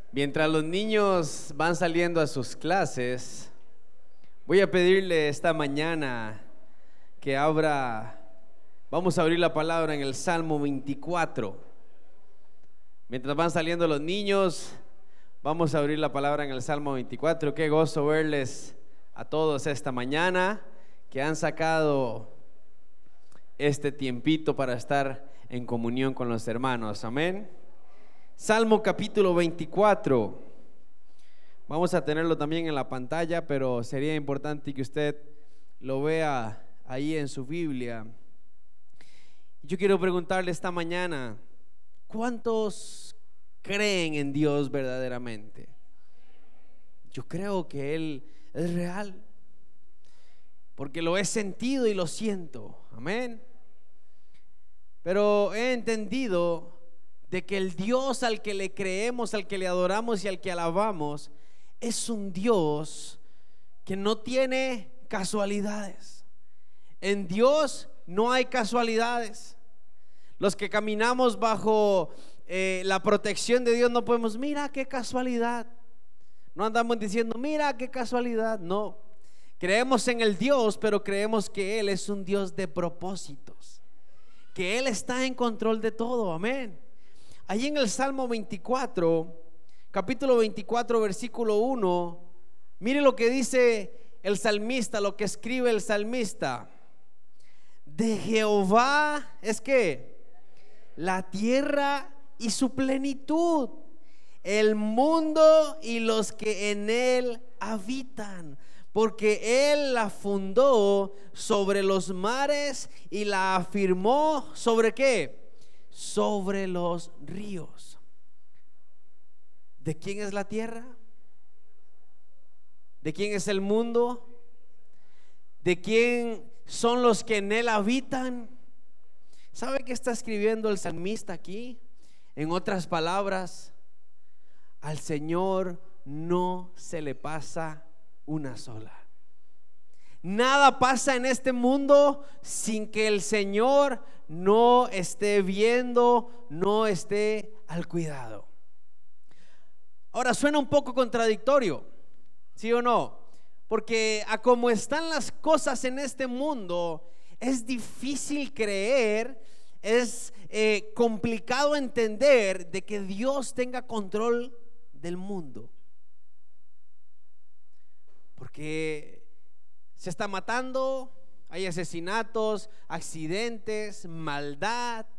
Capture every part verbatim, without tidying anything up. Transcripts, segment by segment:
Mientras los niños van saliendo a sus clases, voy a pedirle esta mañana que abra, vamos a abrir la palabra en el Salmo veinticuatro. Mientras van saliendo los niños, vamos a abrir la palabra en el Salmo veinticuatro. Qué gozo verles a todos esta mañana, que han sacado este tiempito para estar en comunión con los hermanos. Amén. Salmo capítulo veinticuatro. Vamos a tenerlo también en la pantalla, pero sería importante que usted lo vea ahí en su Biblia. Yo quiero preguntarle esta mañana, ¿cuántos creen en Dios verdaderamente? Yo creo que Él es real, porque lo he sentido y lo siento. Amén. Pero he entendido de que el Dios al que le creemos, al que le adoramos y al que alabamos es un Dios que no tiene casualidades. En Dios no hay casualidades. Los que caminamos bajo eh, la protección de Dios no podemos, mira qué casualidad. No andamos diciendo, mira qué casualidad. No, creemos en el Dios, pero creemos que Él es un Dios de propósitos, que Él está en control de todo. Amén. Allí en el Salmo veinticuatro, capítulo veinticuatro, versículo uno, mire lo que dice el salmista, lo que escribe el salmista. De Jehová es que la tierra y su plenitud, el mundo y los que en él habitan, porque Él la fundó sobre los mares y la afirmó ¿sobre qué? Sobre los ríos. ¿De quién es la tierra? ¿De quién es el mundo? ¿De quién son los que en él habitan? ¿Sabe qué está escribiendo el salmista aquí? En otras palabras, al Señor no se le pasa una sola. Nada pasa en este mundo sin que el Señor no esté viendo, no esté al cuidado. Ahora suena un poco contradictorio, ¿sí o no? Porque a como están las cosas en este mundo, es difícil creer, es eh, complicado entender de que Dios tenga control del mundo. Porque se está matando, hay asesinatos, accidentes, maldad,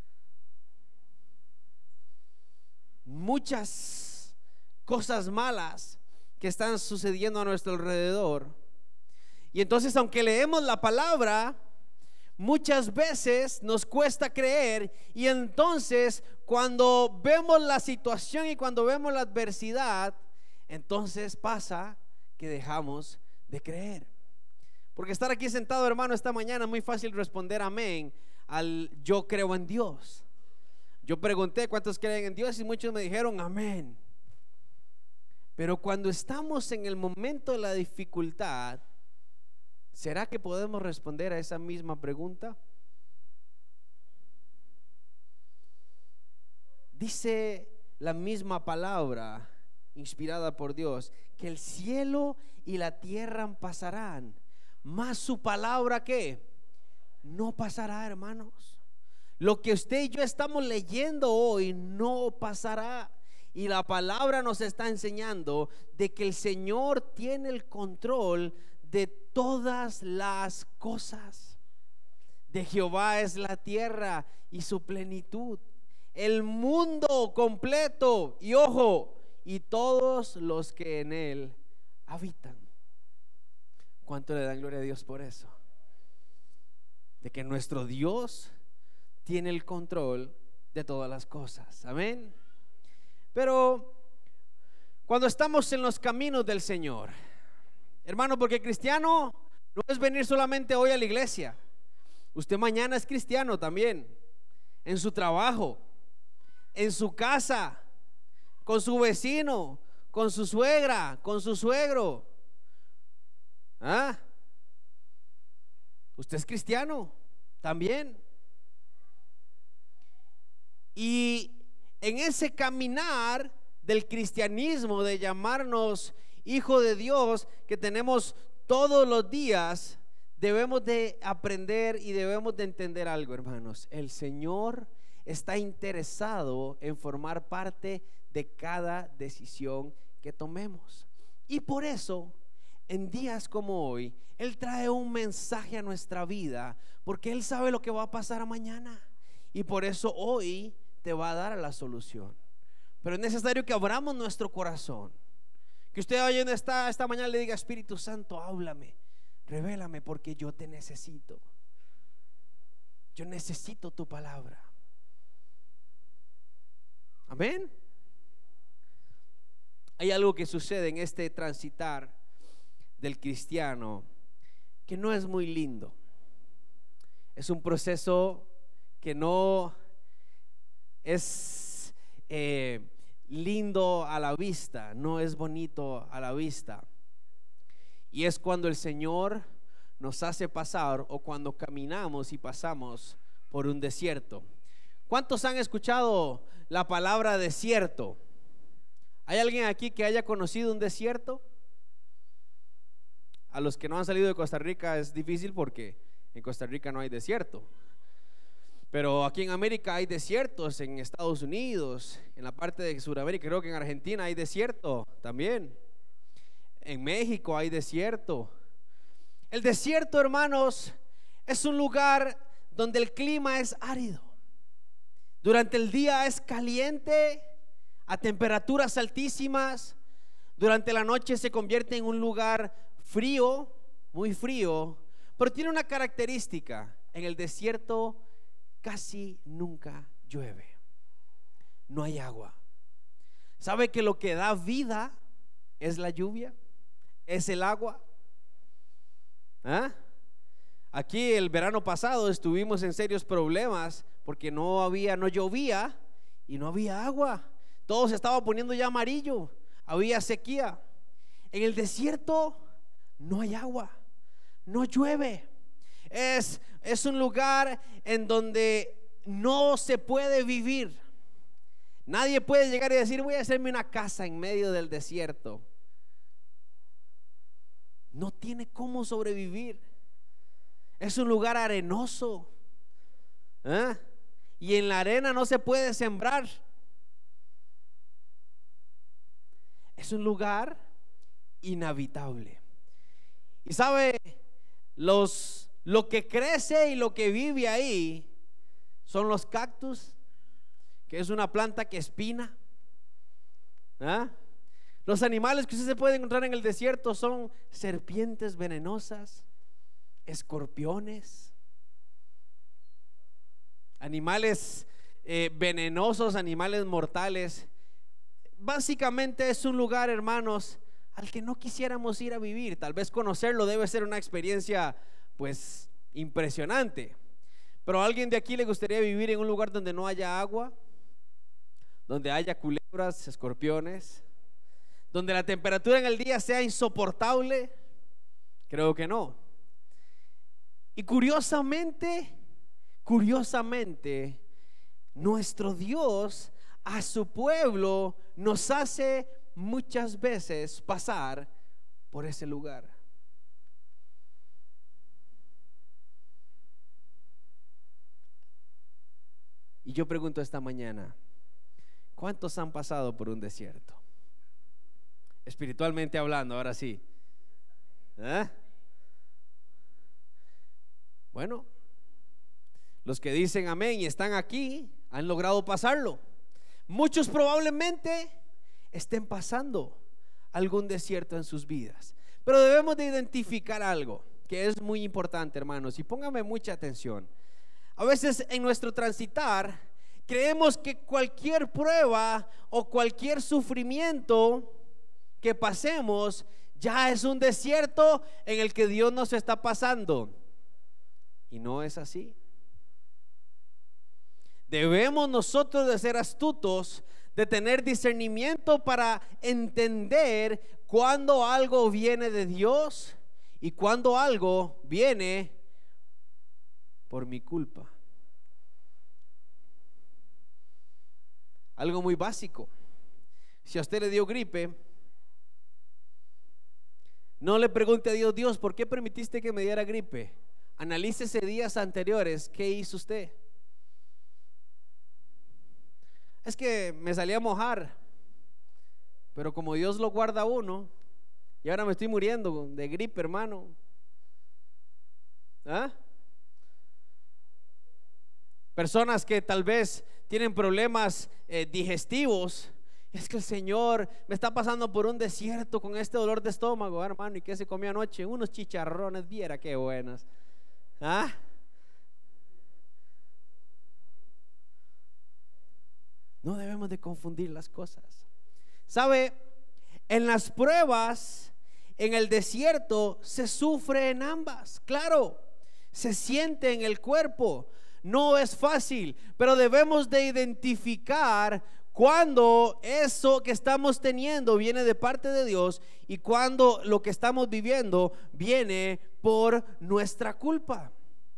muchas cosas malas que están sucediendo a nuestro alrededor. Y entonces, aunque leemos la palabra, muchas veces nos cuesta creer. Y entonces, cuando vemos la situación y cuando vemos la adversidad, entonces pasa que dejamos de creer. Porque estar aquí sentado, hermano, esta mañana es muy fácil responder amén al yo creo en Dios. Yo pregunté cuántos creen en Dios y muchos me dijeron amén. Pero cuando estamos en el momento de la dificultad, ¿será que podemos responder a esa misma pregunta? Dice la misma palabra inspirada por Dios que el cielo y la tierra pasarán, mas su palabra ¿qué? No pasará, hermanos. Lo que usted y yo estamos leyendo hoy no pasará. Y la palabra nos está enseñando de que el Señor tiene el control de todas las cosas. De Jehová es la tierra y su plenitud, el mundo completo, y ojo, y todos los que en él habitan. ¿Cuánto le dan gloria a Dios por eso? De que nuestro Dios tiene el control de todas las cosas. Amén. Pero cuando estamos en los caminos del Señor, hermano, porque cristiano no es venir solamente hoy a la iglesia. Usted mañana es cristiano también, en su trabajo, en su casa, con su vecino, con su suegra, con su suegro. ¿Ah? Usted es cristiano también. Y en ese caminar del cristianismo, de llamarnos hijo de Dios, que tenemos todos los días, debemos de aprender y debemos de entender algo, hermanos. El Señor está interesado en formar parte de cada decisión que tomemos. Y por eso, en días como hoy, Él trae un mensaje a nuestra vida, porque Él sabe lo que va a pasar mañana. Y por eso hoy te va a dar la solución. Pero es necesario que abramos nuestro corazón. Que usted hoy en esta, esta mañana le diga: Espíritu Santo, háblame, revélame, porque yo te necesito. Yo necesito tu palabra. Amén. Hay algo que sucede en este transitar del cristiano que no es muy lindo. Es un proceso que no es eh, lindo a la vista, no es bonito a la vista. Y es cuando el Señor nos hace pasar, o cuando caminamos y pasamos por un desierto. ¿Cuántos han escuchado la palabra desierto? ¿Hay alguien aquí que haya conocido un desierto? A los que no han salido de Costa Rica es difícil, porque en Costa Rica no hay desierto. Pero aquí en América hay desiertos, en Estados Unidos, en la parte de Sudamérica, creo que en Argentina hay desierto también. En México hay desierto. El desierto, hermanos, es un lugar donde el clima es árido. Durante el día es caliente, a temperaturas altísimas. Durante la noche se convierte en un lugar frío, muy frío. Pero tiene una característica: en el desierto casi nunca llueve. No hay agua. ¿Sabe que lo que da vida es la lluvia? ¿Es el agua? ¿Ah? Aquí el verano pasado estuvimos en serios problemas porque no había, no llovía y no había agua. Todo se estaba poniendo ya amarillo, había sequía. En el desierto no hay agua, no llueve. Es, es un lugar en donde no se puede vivir. Nadie puede llegar y decir: voy a hacerme una casa en medio del desierto. No tiene cómo sobrevivir. Es un lugar arenoso, ¿eh? Y en la arena no se puede sembrar. Es un lugar inhabitable. Y sabe, los, lo que crece y lo que vive ahí son los cactus, que es una planta que espina, ¿eh? Los animales que usted se puede encontrar en el desierto son serpientes venenosas, escorpiones, animales eh, venenosos, animales mortales. Básicamente es un lugar, hermanos, al que no quisiéramos ir a vivir. Tal vez conocerlo debe ser una experiencia pues impresionante. Pero ¿a alguien de aquí le gustaría vivir en un lugar donde no haya agua, donde haya culebras, escorpiones, donde la temperatura en el día sea insoportable? Creo que no. Y curiosamente, curiosamente, nuestro Dios a su pueblo nos hace muchas veces pasar por ese lugar. Y yo pregunto esta mañana: ¿cuántos han pasado por un desierto? Espiritualmente hablando, ahora sí. ¿Eh? Bueno, los que dicen amén y están aquí han logrado pasarlo. Muchos probablemente estén pasando algún desierto en sus vidas, pero debemos de identificar algo que es muy importante, hermanos, y pónganme mucha atención. A veces en nuestro transitar creemos que cualquier prueba o cualquier sufrimiento que pasemos ya es un desierto en el que Dios nos está pasando, y no es así. Debemos nosotros de ser astutos, de tener discernimiento para entender cuando algo viene de Dios y cuando algo viene por mi culpa. Algo muy básico. Si a usted le dio gripe, no le pregunte a Dios: Dios, ¿por qué permitiste que me diera gripe? Analícese días anteriores. ¿Qué hizo usted? Es que me salí a mojar, pero como Dios lo guarda a uno, y ahora me estoy muriendo de gripe, hermano. ¿Ah? Personas que tal vez tienen problemas eh, digestivos. Es que el Señor me está pasando por un desierto con este dolor de estómago, hermano. ¿Y qué se comió anoche? Unos chicharrones, viera qué buenas. ¿Ah? No debemos de confundir las cosas. ¿Sabe? En las pruebas, en el desierto, se sufre en ambas. Claro, se siente en el cuerpo. No es fácil, pero debemos de identificar cuando eso que estamos teniendo viene de parte de Dios y cuando lo que estamos viviendo viene por nuestra culpa.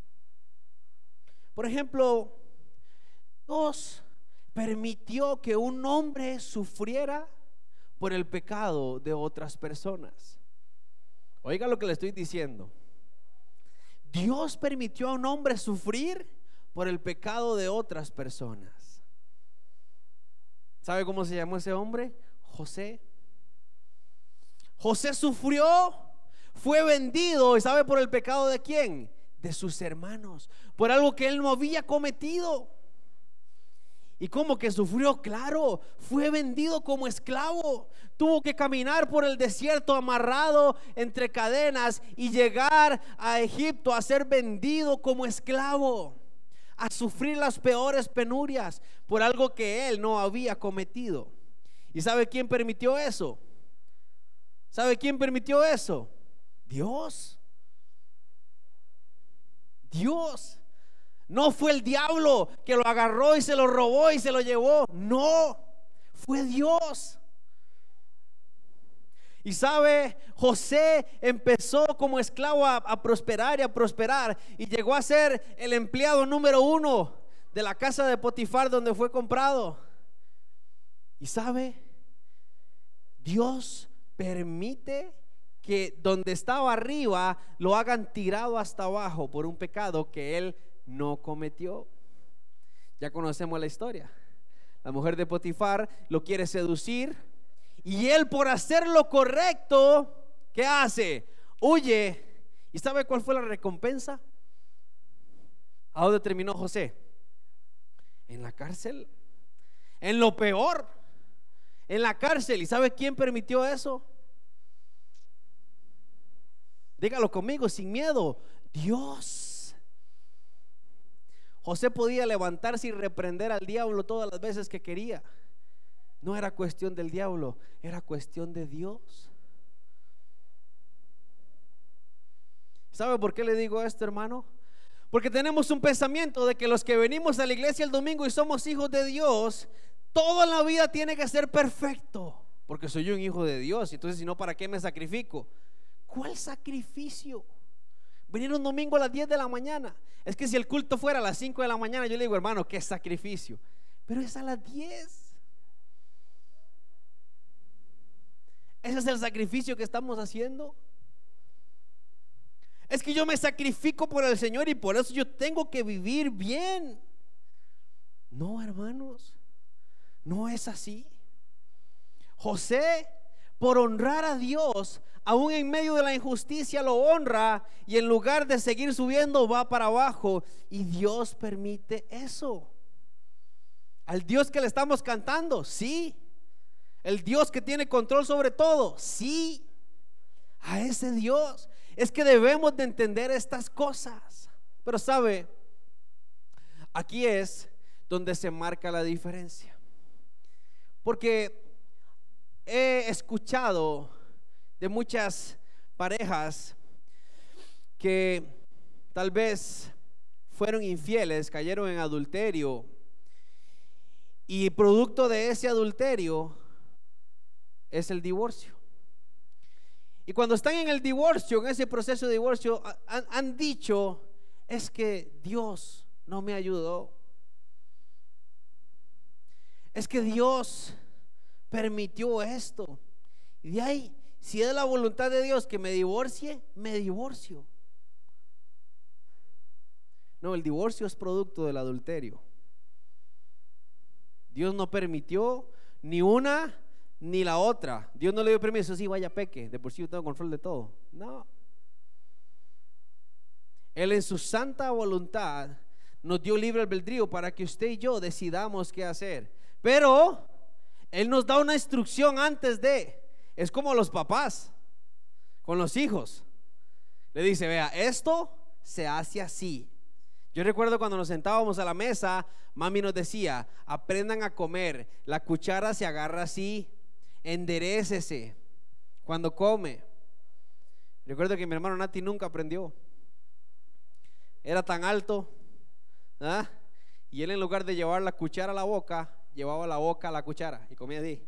Por ejemplo, Dios permitió que un hombre sufriera por el pecado de otras personas. Oiga lo que le estoy diciendo. Dios permitió a un hombre sufrir por el pecado de otras personas. ¿Sabe cómo se llamó ese hombre? José. José sufrió, fue vendido, ¿y sabe por el pecado de quién? De sus hermanos, por algo que él no había cometido. ¿Y cómo que sufrió? Claro, fue vendido como esclavo. Tuvo que caminar por el desierto amarrado entre cadenas y llegar a Egipto a ser vendido como esclavo, a sufrir las peores penurias por algo que él no había cometido. ¿Y sabe quién permitió eso? ¿Sabe quién permitió eso? Dios. Dios. No fue el diablo que lo agarró y se lo robó y se lo llevó. No, fue Dios. Y sabe, José empezó como esclavo a, a prosperar y a prosperar, y llegó a ser el empleado número uno de la casa de Potifar, donde fue comprado. Y sabe, Dios permite que donde estaba arriba lo hagan tirado hasta abajo por un pecado que él no cometió. Ya conocemos la historia. La mujer de Potifar lo quiere seducir, y él, por hacer lo correcto, ¿qué hace? Huye. ¿Y sabe cuál fue la recompensa? ¿A dónde terminó José? En la cárcel. En lo peor, en la cárcel. ¿Y sabe quién permitió eso? Dígalo conmigo sin miedo: Dios. José podía levantarse y reprender al diablo todas las veces que quería. No era cuestión del diablo, era cuestión de Dios. ¿Sabe por qué le digo esto, hermano? Porque tenemos un pensamiento de que los que venimos a la iglesia el domingo y somos hijos de Dios, toda la vida tiene que ser perfecto, porque soy un hijo de Dios. Entonces, si no, ¿para qué me sacrifico? ¿Cuál sacrificio? Venir un domingo a las diez de la mañana. Es que si el culto fuera a las cinco de la mañana, yo le digo: hermano, qué sacrificio. Pero es a las diez. Ese es el sacrificio que estamos haciendo. Es que yo me sacrifico por el Señor y por eso yo tengo que vivir bien. No, hermanos, no es así. José, por honrar a Dios, aún en medio de la injusticia lo honra, y en lugar de seguir subiendo va para abajo, y Dios permite eso. Al Dios que le estamos cantando, sí. El Dios que tiene control sobre todo, sí. A ese Dios. Es que debemos de entender estas cosas. Pero sabe, aquí es donde se marca la diferencia, porque he escuchado de muchas parejas que tal vez fueron infieles, cayeron en adulterio, y producto de ese adulterio es el divorcio. Y cuando están en el divorcio, en ese proceso de divorcio, han, han dicho: es que Dios no me ayudó, es que Dios permitió esto. Y de ahí, si es la voluntad de Dios que me divorcie, me divorcio. No, el divorcio es producto del adulterio. Dios no permitió ni una ni la otra. Dios no le dio permiso, sí, vaya peque, de por sí yo tengo control de todo. No. Él en su santa voluntad nos dio libre albedrío para que usted y yo decidamos qué hacer. Pero Él nos da una instrucción antes de. Es como los papás con los hijos. Le dice, vea, esto se hace así. Yo recuerdo cuando nos sentábamos a la mesa, mami nos decía, aprendan a comer, la cuchara se agarra así, enderécese cuando come. Recuerdo que mi hermano Nati nunca aprendió. Era tan alto, ¿ah? Y él, en lugar de llevar la cuchara a la boca, llevaba la boca a la cuchara y comía así.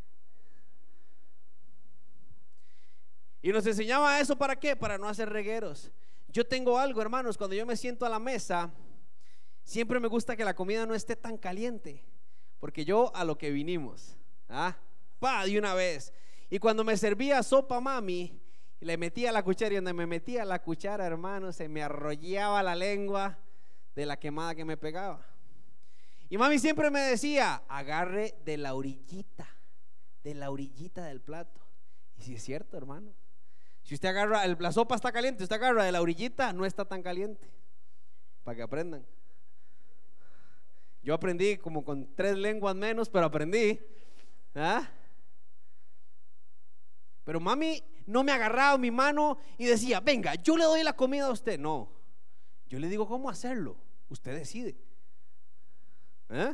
Y nos enseñaba eso, ¿para qué? Para no hacer regueros. Yo tengo algo, hermanos, cuando yo me siento a la mesa, siempre me gusta que la comida no esté tan caliente, porque yo a lo que vinimos, ¿ah? Pa, de una vez. Y cuando me servía sopa mami, le metía la cuchara, y donde me metía la cuchara, hermano, se me arrollaba la lengua de la quemada que me pegaba. Y mami siempre me decía, agarre de la orillita, de la orillita del plato. Y si es cierto, hermano, si usted agarra, la sopa está caliente, usted agarra de la orillita, no está tan caliente. Para que aprendan. Yo aprendí como con tres lenguas menos, pero aprendí, ¿ah? Pero mami no me agarraba mi mano y decía, venga, yo le doy la comida a usted. No, yo le digo cómo hacerlo, usted decide, ¿eh?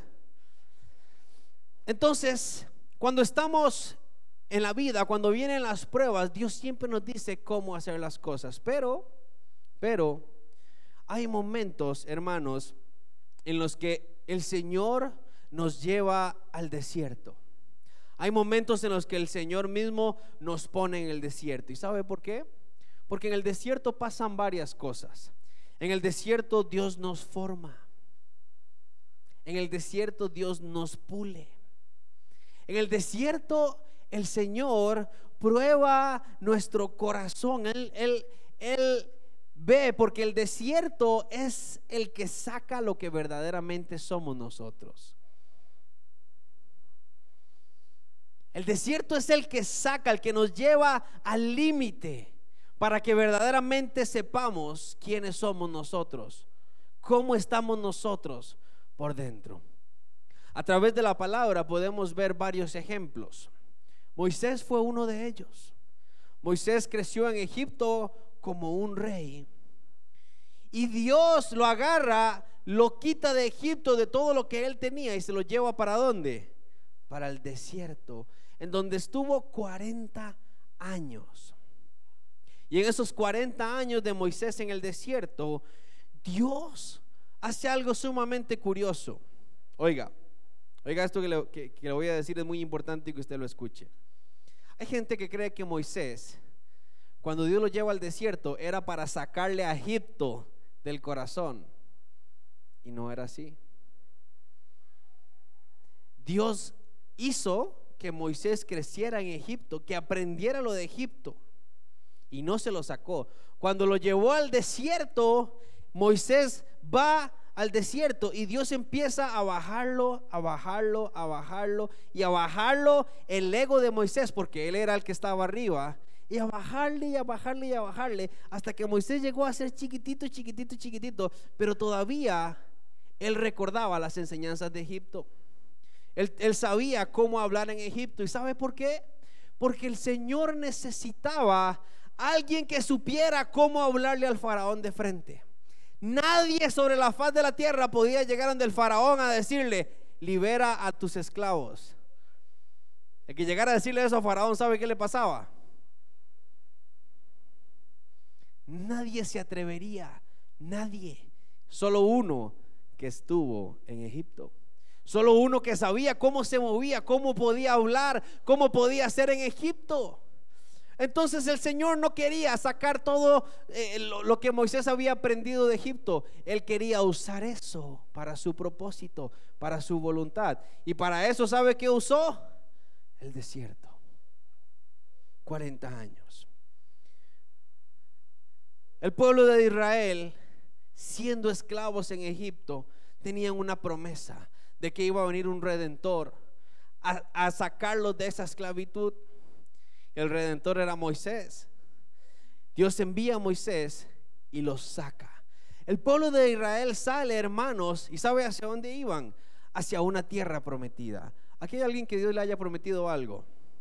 Entonces, cuando estamos en la vida, cuando vienen las pruebas, Dios siempre nos dice cómo hacer las cosas. Pero, pero hay momentos, hermanos, en los que el Señor nos lleva al desierto. Hay momentos en los que el Señor mismo nos pone en el desierto. ¿Y sabe por qué? Porque en el desierto pasan varias cosas. En el desierto Dios nos forma. En el desierto Dios nos pule. En el desierto el Señor prueba nuestro corazón. Él, él, él ve, porque el desierto es el que saca lo que verdaderamente somos nosotros. El desierto es el que saca, el que nos lleva al límite para que verdaderamente sepamos quiénes somos nosotros, cómo estamos nosotros por dentro. A través de la palabra podemos ver varios ejemplos. Moisés fue uno de ellos. Moisés creció en Egipto como un rey, y Dios lo agarra, lo quita de Egipto, de todo lo que él tenía, y se lo lleva ¿para dónde? Para el desierto, en donde estuvo cuarenta años. Y en esos cuarenta años de Moisés en el desierto, Dios hace algo sumamente curioso. Oiga, oiga esto que le, que, que le voy a decir, es muy importante que usted lo escuche. Hay gente que cree que Moisés, cuando Dios lo lleva al desierto, era para sacarle a Egipto del corazón, y no era así. Dios hizo que Moisés creciera en Egipto, que aprendiera lo de Egipto, y no se lo sacó. Cuando lo llevó al desierto, Moisés va al desierto y Dios empieza a bajarlo, a bajarlo, a bajarlo y a bajarlo el ego de Moisés, porque él era el que estaba arriba, y a bajarle y a bajarle y a bajarle hasta que Moisés llegó a ser chiquitito, chiquitito, chiquitito, pero todavía él recordaba las enseñanzas de Egipto. Él, él sabía cómo hablar en Egipto. ¿Y sabe por qué? Porque el Señor necesitaba alguien que supiera cómo hablarle al faraón de frente. Nadie sobre la faz de la tierra podía llegar donde el faraón a decirle, libera a tus esclavos. El que llegara a decirle eso a faraón, ¿sabe qué le pasaba? Nadie se atrevería, nadie. Solo uno que estuvo en Egipto. Solo uno que sabía cómo se movía, cómo podía hablar, cómo podía ser en Egipto. Entonces el Señor no quería sacar todo eh, lo, lo que Moisés había aprendido de Egipto. Él quería usar eso para su propósito, para su voluntad. Y para eso, ¿sabe qué usó? el desierto. cuarenta años. El pueblo de Israel, siendo esclavos en Egipto, tenían una promesa de que iba a venir un redentor a, a sacarlos de esa esclavitud. El redentor era Moisés. Dios envía a Moisés y los saca. El pueblo de Israel sale, hermanos, y ¿sabe hacia dónde iban? Hacia una tierra prometida. ¿Aquí hay alguien que Dios le haya prometido algo?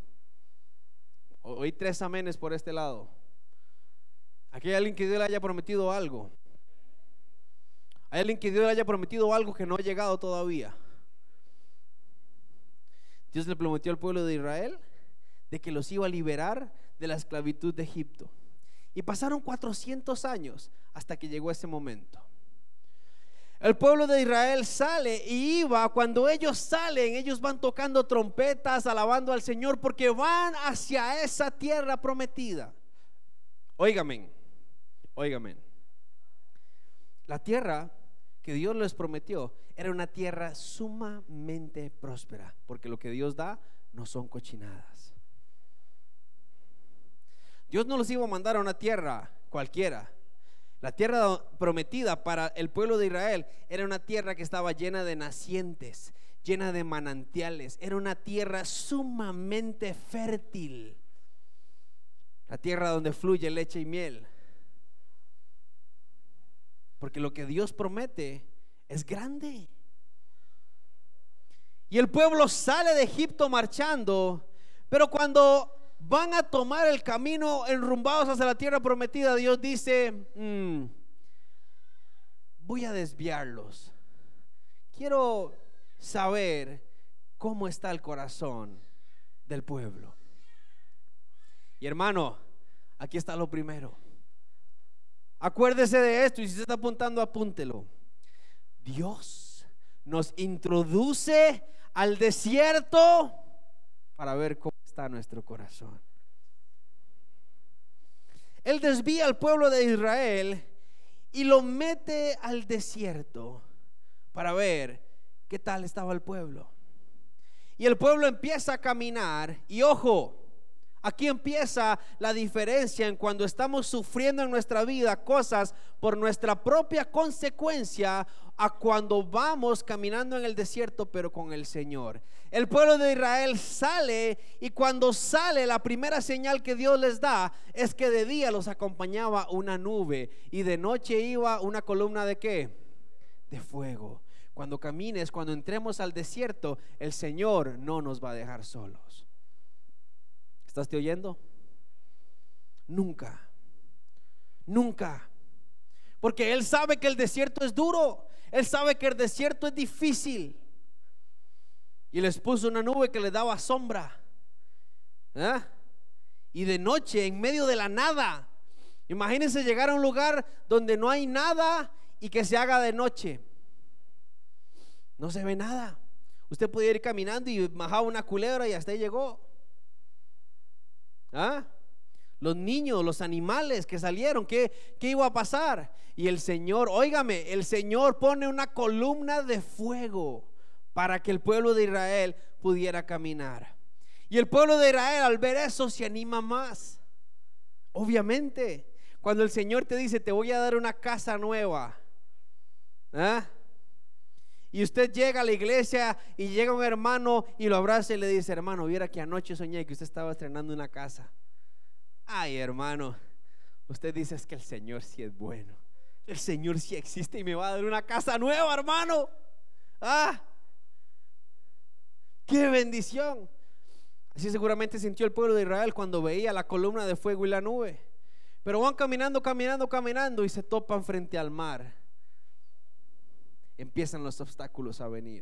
Oí tres amenes por este lado. ¿Aquí hay alguien que Dios le haya prometido algo? ¿Hay alguien que Dios le haya prometido algo que no ha llegado todavía? Dios le prometió al pueblo de Israel de que los iba a liberar de la esclavitud de Egipto. Y pasaron cuatrocientos años hasta que llegó ese momento. El pueblo de Israel sale y iba. Cuando ellos salen, ellos van tocando trompetas, alabando al Señor, porque van hacia esa tierra prometida. Óigame, óigame. La tierra que Dios les prometió era una tierra sumamente próspera, porque lo que Dios da no son cochinadas. Dios no los iba a mandar a una tierra cualquiera. La tierra prometida para el pueblo de Israel era una tierra que estaba llena de nacientes, llena de manantiales. Era una tierra sumamente fértil, la tierra donde fluye leche y miel. Porque lo que Dios promete es grande. Y el pueblo sale de Egipto marchando, pero cuando van a tomar el camino enrumbados hacia la tierra prometida, Dios dice: mmm, voy a desviarlos. Quiero saber cómo está el corazón del pueblo. Y hermano, aquí está lo primero. Acuérdese de esto, y si se está apuntando, apúntelo. Dios nos introduce al desierto para ver cómo está nuestro corazón. Él desvía al pueblo de Israel y lo mete al desierto para ver qué tal estaba el pueblo. Y el pueblo empieza a caminar. Y ojo, aquí empieza la diferencia en cuando estamos sufriendo en nuestra vida cosas por nuestra propia consecuencia, a cuando vamos caminando en el desierto pero con el Señor. El pueblo de Israel sale, y cuando sale, la primera señal que Dios les da es que de día los acompañaba una nube y de noche iba una columna de ¿qué? De fuego. Cuando camines, cuando entremos al desierto, el Señor no nos va a dejar solos. ¿Estás te oyendo? Nunca, nunca. Porque Él sabe que el desierto es duro. Él sabe que el desierto es difícil. Y les puso una nube que les daba sombra. ¿Eh? Y de noche, en medio de la nada. Imagínense llegar a un lugar donde no hay nada y que se haga de noche. No se ve nada. Usted podía ir caminando y bajaba una culebra y hasta ahí llegó. ¿Ah? Los niños, los animales que salieron, ¿qué, qué iba a pasar? Y el Señor, óigame, el Señor pone una columna de fuego para que el pueblo de Israel pudiera caminar. Y el pueblo de Israel, al ver eso, se anima más. Obviamente, cuando el Señor te dice: te voy a dar una casa nueva, ¿ah? Y usted llega a la iglesia y llega un hermano y lo abraza y le dice: hermano, viera que anoche soñé que usted estaba estrenando una casa. Ay, hermano, usted dice: es que el Señor sí es bueno, el Señor sí existe y me va a dar una casa nueva, hermano. Ah, qué bendición. Así seguramente sintió el pueblo de Israel cuando veía la columna de fuego y la nube. Pero van caminando, caminando, caminando y se topan frente al mar. Empiezan los obstáculos a venir.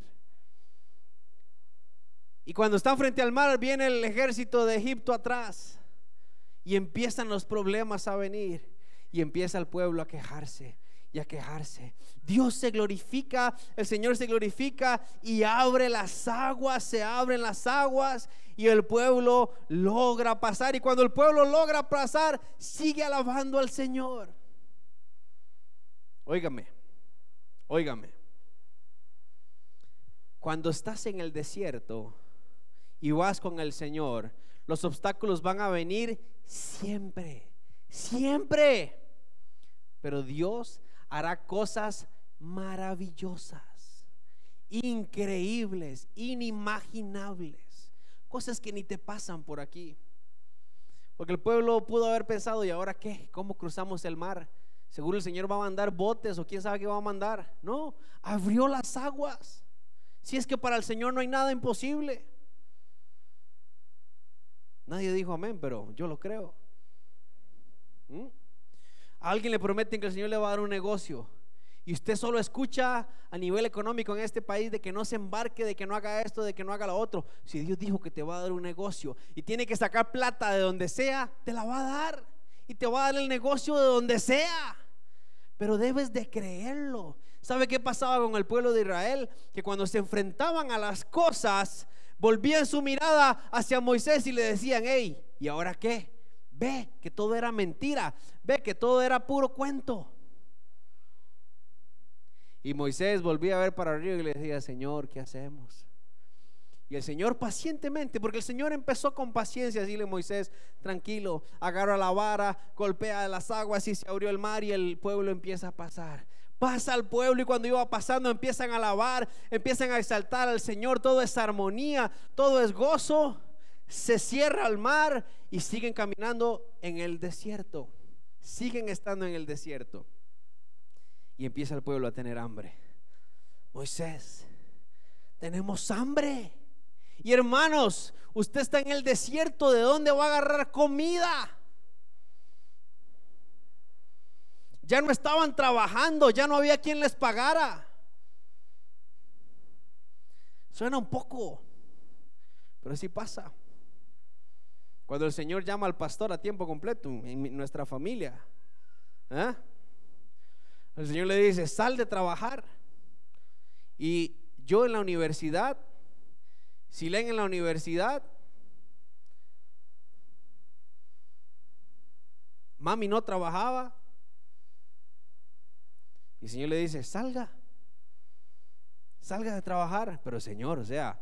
Y cuando están frente al mar, viene el ejército de Egipto atrás. Y empiezan los problemas a venir. Y empieza el pueblo a quejarse y a quejarse. Dios se glorifica, el Señor se glorifica y abre las aguas, se abren las aguas y el pueblo logra pasar. Y cuando el pueblo logra pasar, sigue alabando al Señor. Óigame, óigame. Cuando estás en el desierto y vas con el Señor, los obstáculos van a venir siempre, siempre. Pero Dios hará cosas maravillosas, increíbles, inimaginables, cosas que ni te pasan por aquí. Porque el pueblo pudo haber pensado, ¿y ahora qué? ¿Cómo cruzamos el mar? Seguro el Señor va a mandar botes o quién sabe qué va a mandar. No, abrió las aguas. Si es que para el Señor no hay nada imposible. Nadie dijo amén, pero yo lo creo. ¿Mm? A alguien le prometen que el Señor le va a dar un negocio y usted solo escucha a nivel económico en este país de que no se embarque, de que no haga esto, de que no haga lo otro. Si Dios dijo que te va a dar un negocio y tiene que sacar plata de donde sea, te la va a dar y te va a dar el negocio de donde sea. Pero debes de creerlo. ¿Sabe qué pasaba con el pueblo de Israel? Que cuando se enfrentaban a las cosas, volvían su mirada hacia Moisés y le decían: hey, ¿y ahora qué? Ve que todo era mentira, ve que todo era puro cuento. Y Moisés volvía a ver para arriba y le decía: Señor, ¿qué hacemos? Y el Señor pacientemente, porque el Señor empezó con paciencia, decirle: Moisés, tranquilo, agarra la vara, golpea las aguas y se abrió el mar y el pueblo empieza a pasar. Pasa al pueblo y cuando iba pasando empiezan a alabar, empiezan a exaltar al Señor, todo es armonía, todo es gozo. Se cierra el mar y siguen caminando en el desierto, siguen estando en el desierto. Y empieza el pueblo a tener hambre. Moisés, tenemos hambre. Y hermanos, usted está en el desierto, ¿de dónde va a agarrar comida? Ya no estaban trabajando, ya no había quien les pagara. Suena un poco, pero sí pasa. Cuando el Señor llama al pastor a tiempo completo en nuestra familia, ¿eh? El Señor le dice: sal de trabajar. Y yo en la universidad, si leen en la universidad, mami no trabajaba. Y el Señor le dice: salga, salga de trabajar. Pero Señor, o sea,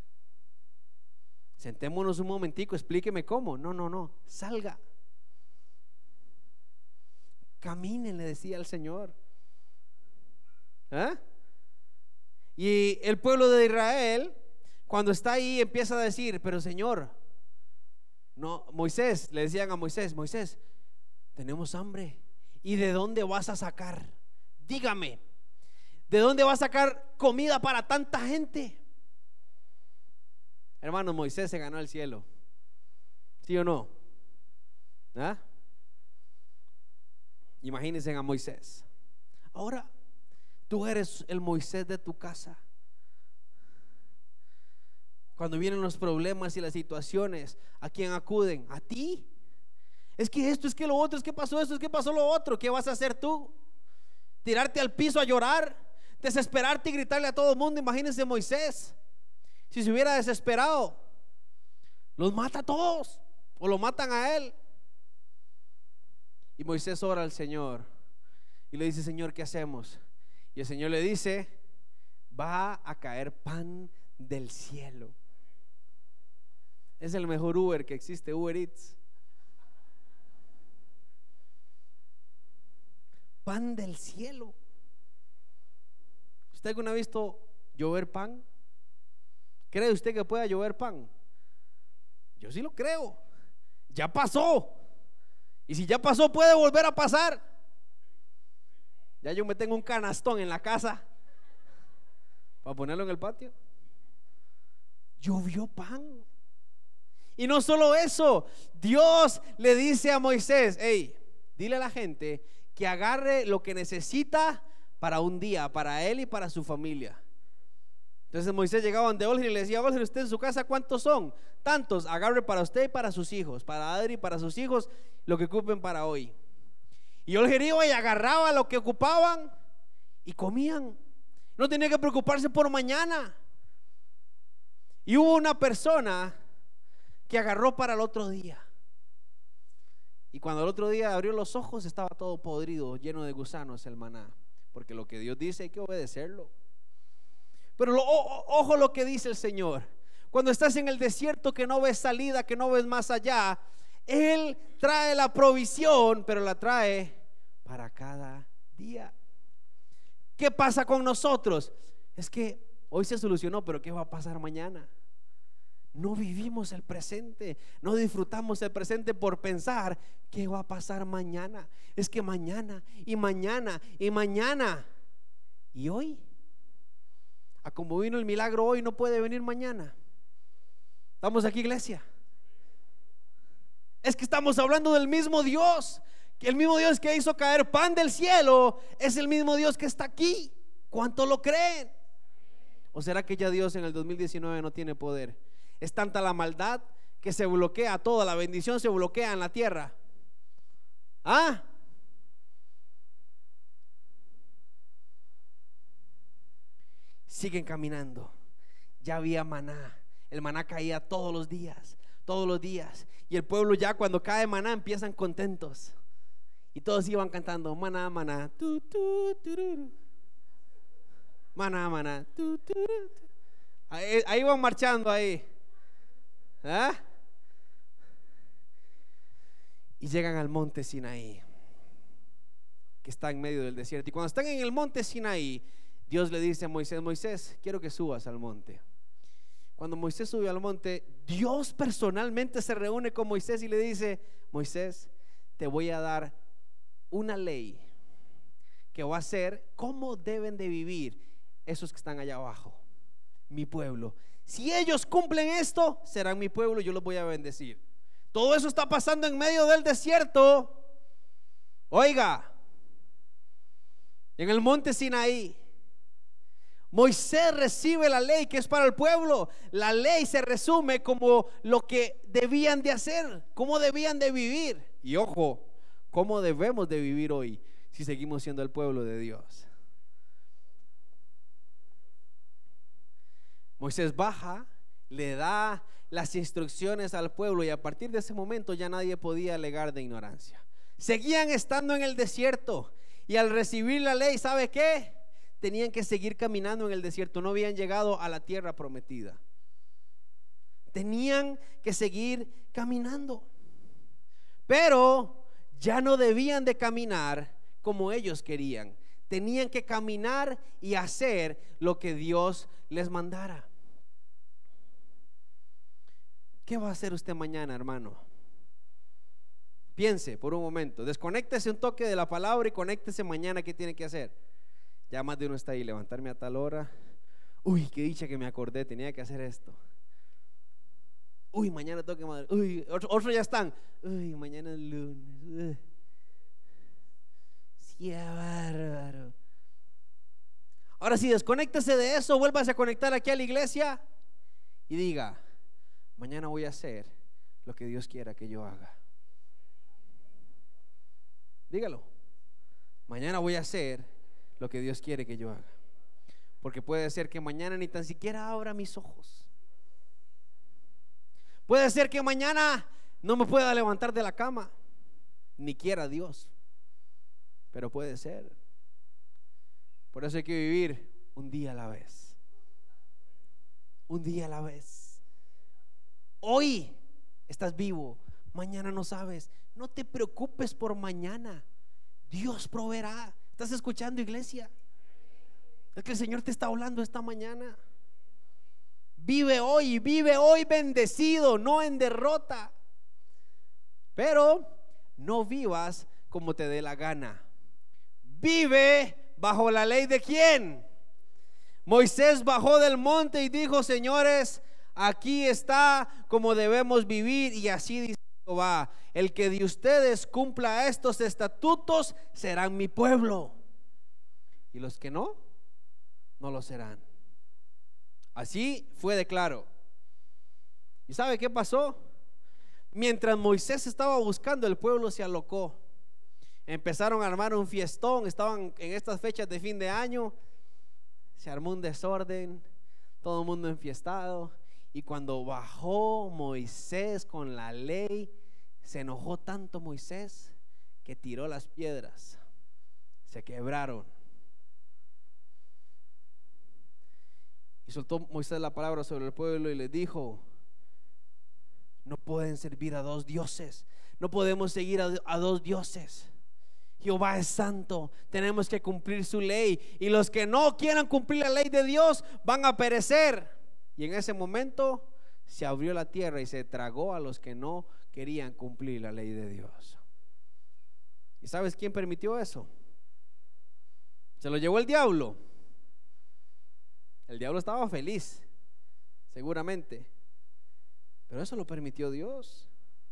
sentémonos un momentico, explíqueme cómo. No, no, no, salga. Caminen, le decía el Señor. ¿Eh? Y el pueblo de Israel, cuando está ahí, empieza a decir: pero Señor, no, Moisés, le decían a Moisés: Moisés, tenemos hambre. ¿Y de dónde vas a sacar? Dígame, ¿de dónde vas a sacar comida para tanta gente? Hermano, Moisés se ganó el cielo, ¿sí o no? ¿Ah? Imagínense a Moisés. Ahora tú eres el Moisés de tu casa. Cuando vienen los problemas y las situaciones, ¿a quién acuden? ¿A ti? Es que esto, es que lo otro, es que pasó esto, es que pasó lo otro. ¿Qué vas a hacer tú? ¿Tirarte al piso a llorar? ¿Desesperarte y gritarle a todo el mundo? Imagínense Moisés, si se hubiera desesperado, los mata a todos o lo matan a él. Y Moisés ora al Señor y le dice: Señor, ¿qué hacemos? Y el Señor le dice: va a caer pan del cielo. Es el mejor Uber que existe, Uber Eats. Pan del cielo. ¿Usted alguna vez ha visto llover pan? ¿Cree usted que pueda llover pan? Yo sí lo creo. Ya pasó. Y si ya pasó, puede volver a pasar. Ya yo me tengo un canastón en la casa para ponerlo en el patio. Llovió pan. Y no solo eso, Dios le dice a Moisés: hey, dile a la gente que agarre lo que necesita para un día, para él y para su familia. Entonces Moisés llegaba donde Olger y le decía: Olger, ¿usted en su casa cuántos son? Tantos, agarre para usted y para sus hijos, para Adri y para sus hijos, lo que ocupen para hoy. Y Olger iba y agarraba lo que ocupaban y comían. No tenía que preocuparse por mañana. Y hubo una persona que agarró para el otro día. Y cuando el otro día abrió los ojos, estaba todo podrido, lleno de gusanos el maná. Porque lo que Dios dice hay que obedecerlo. Pero lo, o, ojo lo que dice el Señor. cuando estás en el desierto que no ves salida, que no ves más allá, Él trae la provisión, pero la trae para cada día. ¿Qué pasa con nosotros? Es que hoy se solucionó, pero ¿qué va a pasar mañana? No vivimos el presente, no disfrutamos el presente por pensar qué va a pasar mañana. Es que mañana y mañana y mañana. ¿Y hoy? A como vino el milagro hoy, no puede venir mañana. ¿Estamos aquí, iglesia? Es que estamos hablando del mismo Dios, que el mismo Dios que hizo caer pan del cielo es el mismo Dios que está aquí. ¿Cuánto lo creen? ¿O será que ya Dios en el dos mil diecinueve no tiene poder? Es tanta la maldad que se bloquea toda la bendición, se bloquea en la tierra. ¿Ah? Siguen caminando. Ya había maná. El maná caía todos los días, todos los días. Y el pueblo ya cuando cae maná empiezan contentos. Y todos iban cantando maná, maná, tu, tu, tururu. Maná, maná, tu, tururu. Ahí, ahí van marchando ahí. ¿Ah? Y llegan al monte Sinaí, que está en medio del desierto. Y cuando están en el monte Sinaí, Dios le dice a Moisés: Moisés, quiero que subas al monte. Cuando Moisés sube al monte, Dios personalmente se reúne con Moisés y le dice: Moisés, te voy a dar una ley que va a ser cómo deben de vivir esos que están allá abajo, mi pueblo. Si ellos cumplen esto, serán mi pueblo y yo los voy a bendecir. Todo eso está pasando en medio del desierto. Oiga, en el monte Sinaí, Moisés recibe la ley que es para el pueblo. La ley se resume como lo que debían de hacer, cómo debían de vivir. Y ojo, cómo debemos de vivir hoy si seguimos siendo el pueblo de Dios. Moisés baja, le da las instrucciones al pueblo y a partir de ese momento ya nadie podía alegar de ignorancia. Seguían estando en el desierto y al recibir la ley, ¿sabe qué? Tenían que seguir caminando en el desierto. No habían llegado a la tierra prometida. Tenían que seguir caminando, pero ya no debían de caminar como ellos querían. Tenían que caminar y hacer lo que Dios les mandara. ¿Qué va a hacer usted mañana, hermano? Piense por un momento, desconéctese un toque de la palabra y conéctese mañana. ¿Qué tiene que hacer? Ya más de uno está ahí: levantarme a tal hora. Uy, qué dicha que me acordé, tenía que hacer esto. Uy, mañana tengo que madrugar. Uy, otros otro ya están. Uy, mañana es lunes. Uy. Sí, bárbaro. Ahora sí, desconéctese de eso, vuélvase a conectar aquí a la iglesia y diga: mañana voy a hacer lo que Dios quiera que yo haga. Dígalo: mañana voy a hacer lo que Dios quiere que yo haga. Porque puede ser que mañana ni tan siquiera abra mis ojos. Puede ser que mañana no me pueda levantar de la cama, ni quiera Dios, pero puede ser. Por eso hay que vivir un día a la vez. Un día a la vez. Hoy estás vivo, mañana no sabes. No te preocupes por mañana. Dios proveerá. ¿Estás escuchando, iglesia? Es que el Señor te está hablando esta mañana. Vive hoy, vive hoy bendecido, no en derrota. Pero no vivas como te dé la gana. Vive bajo la ley de ¿quién? Moisés bajó del monte y dijo: señores, aquí está como debemos vivir. Y así dice Jehová: el que de ustedes cumpla estos estatutos serán mi pueblo, y los que no, no lo serán. Así fue de claro. ¿Y sabe qué pasó? Mientras Moisés estaba buscando, el pueblo se alocó. Empezaron a armar un fiestón. Estaban en estas fechas de fin de año. Se armó un desorden, todo el mundo enfiestado. Y cuando bajó Moisés con la ley, se enojó tanto Moisés que tiró las piedras. Se quebraron. Y soltó Moisés la palabra sobre el pueblo y les dijo: no pueden servir a dos dioses, no podemos seguir a, a dos dioses. Jehová es santo, tenemos que cumplir su ley, y los que no quieran cumplir la ley de Dios van a perecer. Y en ese momento se abrió la tierra y se tragó a los que no querían cumplir la ley de Dios. ¿Y sabes quién permitió eso? Se lo llevó el diablo. El diablo estaba feliz, seguramente, pero eso lo permitió Dios.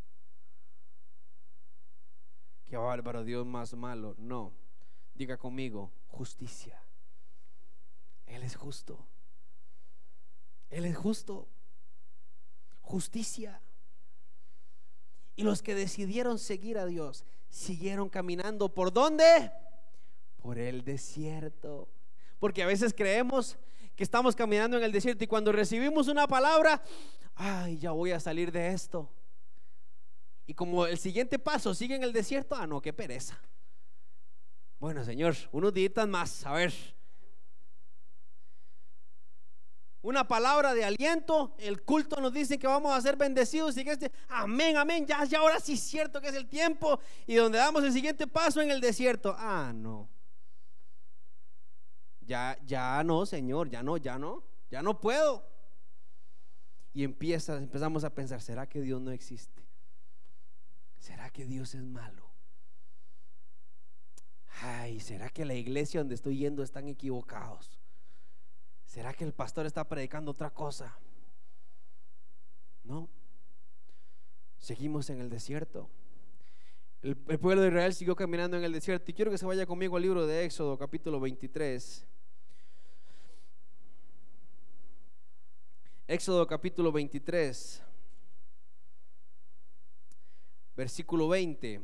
Qué bárbaro, Dios más malo. No, diga conmigo: justicia. Él es justo. Él es justo. Justicia. Y los que decidieron seguir a Dios siguieron caminando. ¿Por dónde? Por el desierto. Porque a veces creemos que estamos caminando en el desierto, y cuando recibimos una palabra, ay, ya voy a salir de esto. Y como el siguiente paso sigue en el desierto, ah, no, qué pereza. Bueno, Señor, unos días más, a ver. Una palabra de aliento, el culto nos dice que vamos a ser bendecidos, y que este, amén, amén, ya, ya ahora sí es cierto que es el tiempo, y donde damos el siguiente paso en el desierto, ah, no. Ya, ya no, Señor, ya no, ya no, ya no puedo. Y empieza, empezamos a pensar: ¿será que Dios no existe? ¿Será que Dios es malo? Ay, ¿será que la iglesia donde estoy yendo están equivocados? ¿Será que el pastor está predicando otra cosa? No. Seguimos en el desierto. El, el pueblo de Israel siguió caminando en el desierto. Y quiero que se vaya conmigo al libro de Éxodo, capítulo veintitrés. Éxodo capítulo veintitrés, versículo veinte.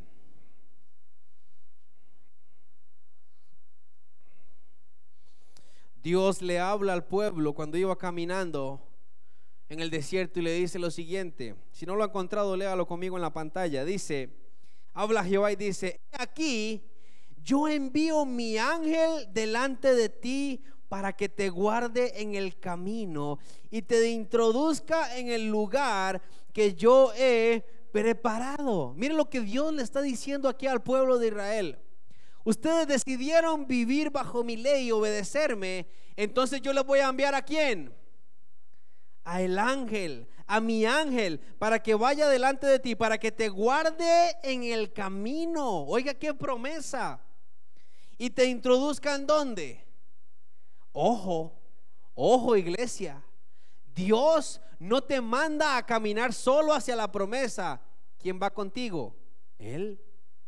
Dios le habla al pueblo cuando iba caminando en el desierto y le dice lo siguiente. Si no lo ha encontrado, léalo conmigo en la pantalla. Dice, habla Jehová y dice: aquí yo envío mi ángel delante de ti para que te guarde en el camino y te introduzca en el lugar que yo he preparado. Miren lo que Dios le está diciendo aquí al pueblo de Israel. Ustedes decidieron vivir bajo mi ley y obedecerme, entonces yo les voy a enviar ¿a quién? A el ángel, a mi ángel, para que vaya delante de ti, para que te guarde en el camino. Oiga, qué promesa. Y te introduzca ¿en dónde? Ojo, ojo, iglesia. Dios no te manda a caminar solo hacia la promesa. ¿Quién va contigo? Él.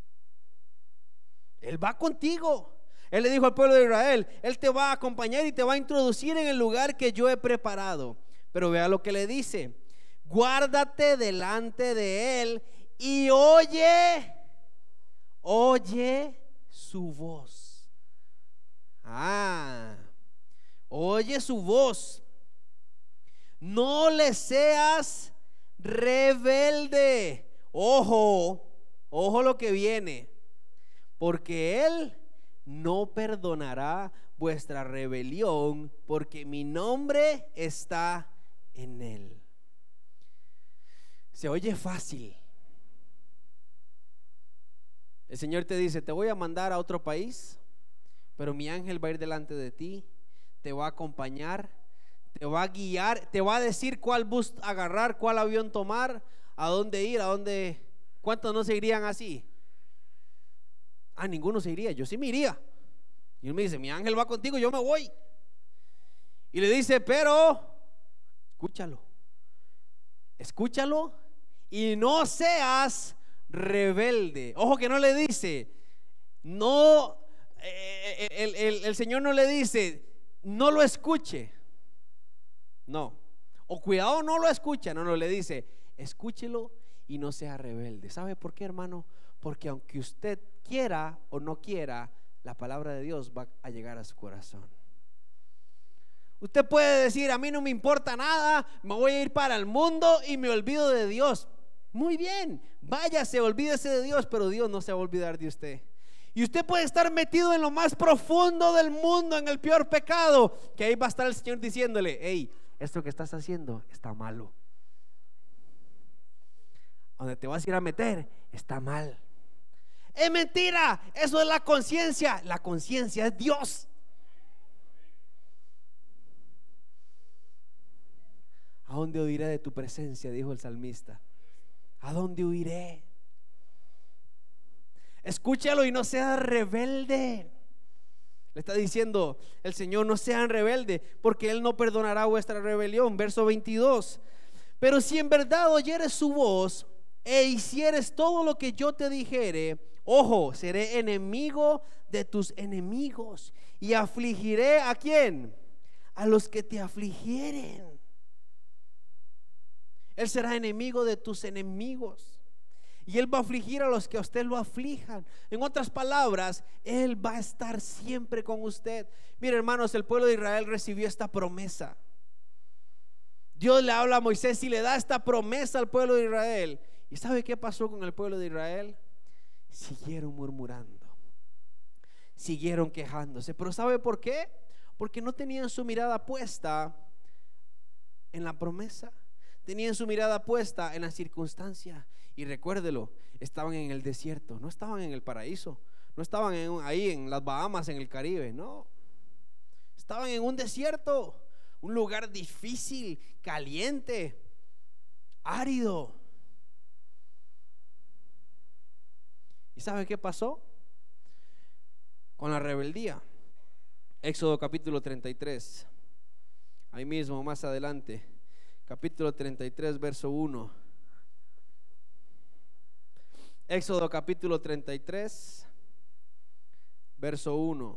Él va contigo. Él le dijo al pueblo de Israel: Él te va a acompañar y te va a introducir en el lugar que yo he preparado. Pero vea lo que le dice: guárdate delante de Él y oye, oye su voz. Ah, oye su voz. No le seas rebelde. Ojo, ojo lo que viene. Porque Él no perdonará vuestra rebelión, porque mi nombre está en Él. Se oye fácil. El Señor te dice: te voy a mandar a otro país, pero mi ángel va a ir delante de ti, te va a acompañar, te va a guiar, te va a decir cuál bus agarrar, cuál avión tomar, a dónde ir, a dónde. ¿Cuántos no se irían así? Ah, ninguno se iría. Yo sí me iría. Y él me dice: mi ángel va contigo, yo me voy. Y le dice: pero escúchalo, escúchalo y no seas rebelde. Ojo que no le dice, no, eh, el, el, el Señor no le dice, no lo escuche. No. O cuidado, no lo escucha. No, no, le dice, escúchelo y no sea rebelde. ¿Sabe por qué, hermano? Porque aunque usted quiera o no quiera, la palabra de Dios va a llegar a su corazón. Usted puede decir: a mí no me importa nada, me voy a ir para el mundo y me olvido de Dios. Muy bien, váyase, olvídese de Dios, pero Dios no se va a olvidar de usted. Y usted puede estar metido en lo más profundo del mundo, en el peor pecado, que ahí va a estar el Señor diciéndole: hey, esto que estás haciendo está malo. Donde te vas a ir a meter está mal. Es mentira, eso es la conciencia. La conciencia es Dios. ¿A dónde huiré de tu presencia?, dijo el salmista. ¿A dónde huiré? Escúchalo y no seas rebelde. Le está diciendo el Señor: no sean rebeldes, porque Él no perdonará vuestra rebelión. Verso veintidós. Pero si en verdad oyeres su voz e hicieres todo lo que yo te dijere, ojo, seré enemigo de tus enemigos y afligiré ¿a quién? A los que te afligieren. Él será enemigo de tus enemigos y Él va a afligir a los que a usted lo aflijan. En otras palabras, Él va a estar siempre con usted. Mire, hermanos, el pueblo de Israel recibió esta promesa. Dios le habla a Moisés y le da esta promesa al pueblo de Israel. ¿Y sabe qué pasó con el pueblo de Israel? Siguieron murmurando, siguieron quejándose. ¿Pero sabe por qué? Porque no tenían su mirada puesta en la promesa. Tenían su mirada puesta en la circunstancia. Y recuérdelo, estaban en el desierto, no estaban en el paraíso, no estaban en, ahí en las Bahamas, en el Caribe, no. Estaban en un desierto, un lugar difícil, caliente, árido. ¿Y sabe qué pasó con la rebeldía? Éxodo capítulo treinta y tres, ahí mismo más adelante, capítulo treinta y tres, verso uno. Éxodo capítulo treinta y tres, verso uno.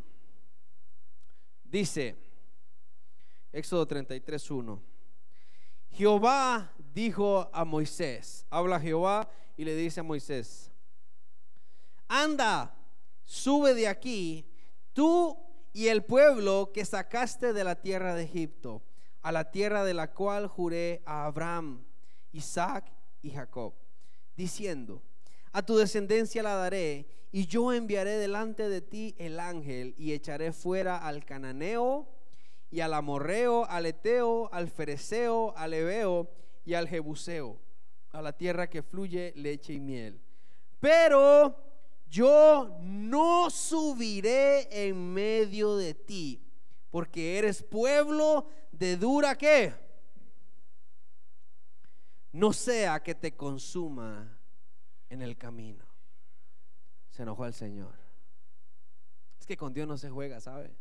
Dice, Éxodo treinta y tres, uno. Jehová dijo a Moisés, habla Jehová y le dice a Moisés: anda, sube de aquí, tú y el pueblo que sacaste de la tierra de Egipto, a la tierra de la cual juré a Abraham, Isaac y Jacob, diciendo: a tu descendencia la daré, y yo enviaré delante de ti el ángel, y echaré fuera al cananeo, y al amorreo, al eteo, al fereceo, al heveo y al jebuseo, a la tierra que fluye leche y miel. Pero yo no subiré en medio de ti, porque eres pueblo de dura ¿qué? No sea que te consuma en el camino. Se enojó el Señor. Es que con Dios no se juega, ¿sabe?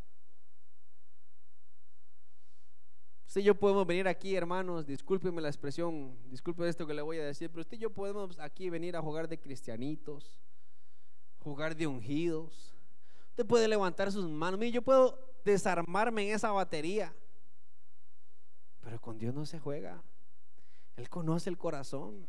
Usted y yo podemos venir aquí, hermanos, discúlpeme la expresión, disculpe esto que le voy a decir, pero usted y yo podemos aquí venir a jugar de cristianitos, jugar de ungidos. Usted puede levantar sus manos. Mire, yo puedo desarmarme en esa batería, pero con Dios no se juega. Él conoce el corazón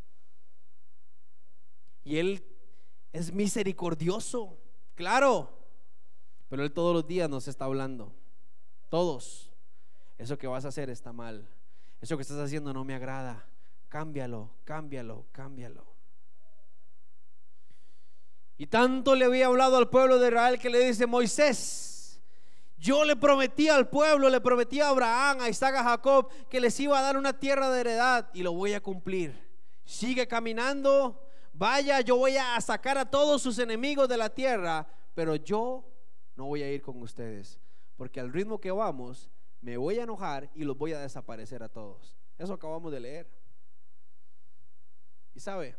y Él es misericordioso, claro, pero Él todos los días nos está hablando. Todos: eso que vas a hacer está mal, eso que estás haciendo no me agrada, cámbialo, cámbialo, cámbialo. Y tanto le había hablado al pueblo de Israel que le dice: Moisés, yo le prometí al pueblo, le prometí a Abraham, a Isaac, a Jacob, que les iba a dar una tierra de heredad, y lo voy a cumplir. Sigue caminando, vaya, yo voy a sacar a todos sus enemigos de la tierra, pero yo no voy a ir con ustedes, porque al ritmo que vamos me voy a enojar y los voy a desaparecer a todos. Eso acabamos de leer. Y sabe,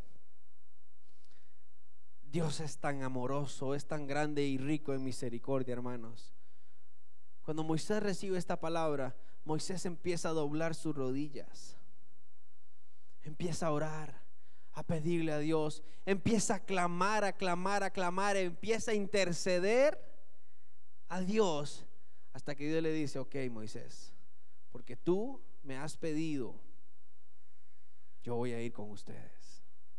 Dios es tan amoroso, es tan grande y rico en misericordia, hermanos. Cuando Moisés recibe esta palabra, Moisés empieza a doblar sus rodillas, empieza a orar, a pedirle a Dios, empieza a clamar, a clamar, a clamar, empieza a interceder a Dios, hasta que Dios le dice: ok, Moisés, porque tú me has pedido, yo voy a ir con ustedes.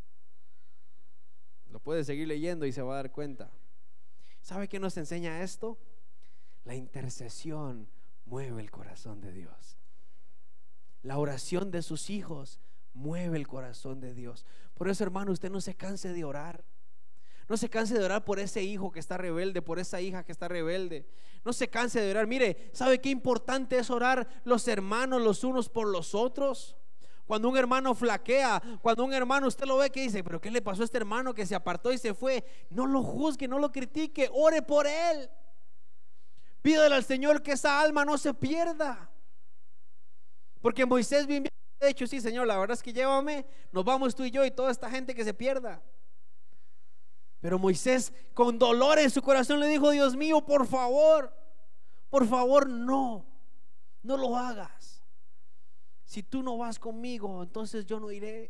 Lo puede seguir leyendo y se va a dar cuenta. ¿Sabe qué nos enseña esto? La intercesión mueve el corazón de Dios. La oración de sus hijos mueve el corazón de Dios. Por eso, hermano, usted no se canse de orar. No se canse de orar por ese hijo que está rebelde, por esa hija que está rebelde. No se canse de orar. Mire, ¿sabe qué importante es orar los hermanos los unos por los otros? Cuando un hermano flaquea, cuando un hermano usted lo ve que dice, pero ¿qué le pasó a este hermano que se apartó y se fue? No lo juzgue, no lo critique, ore por él. Pídale al Señor que esa alma no se pierda. Porque Moisés bien, bien de hecho, sí, Señor, la verdad es que llévame, nos vamos tú y yo y toda esta gente que se pierda. Pero Moisés con dolor en su corazón le dijo, Dios mío, por favor, por favor, no, no lo hagas. Si tú no vas conmigo, entonces yo no iré.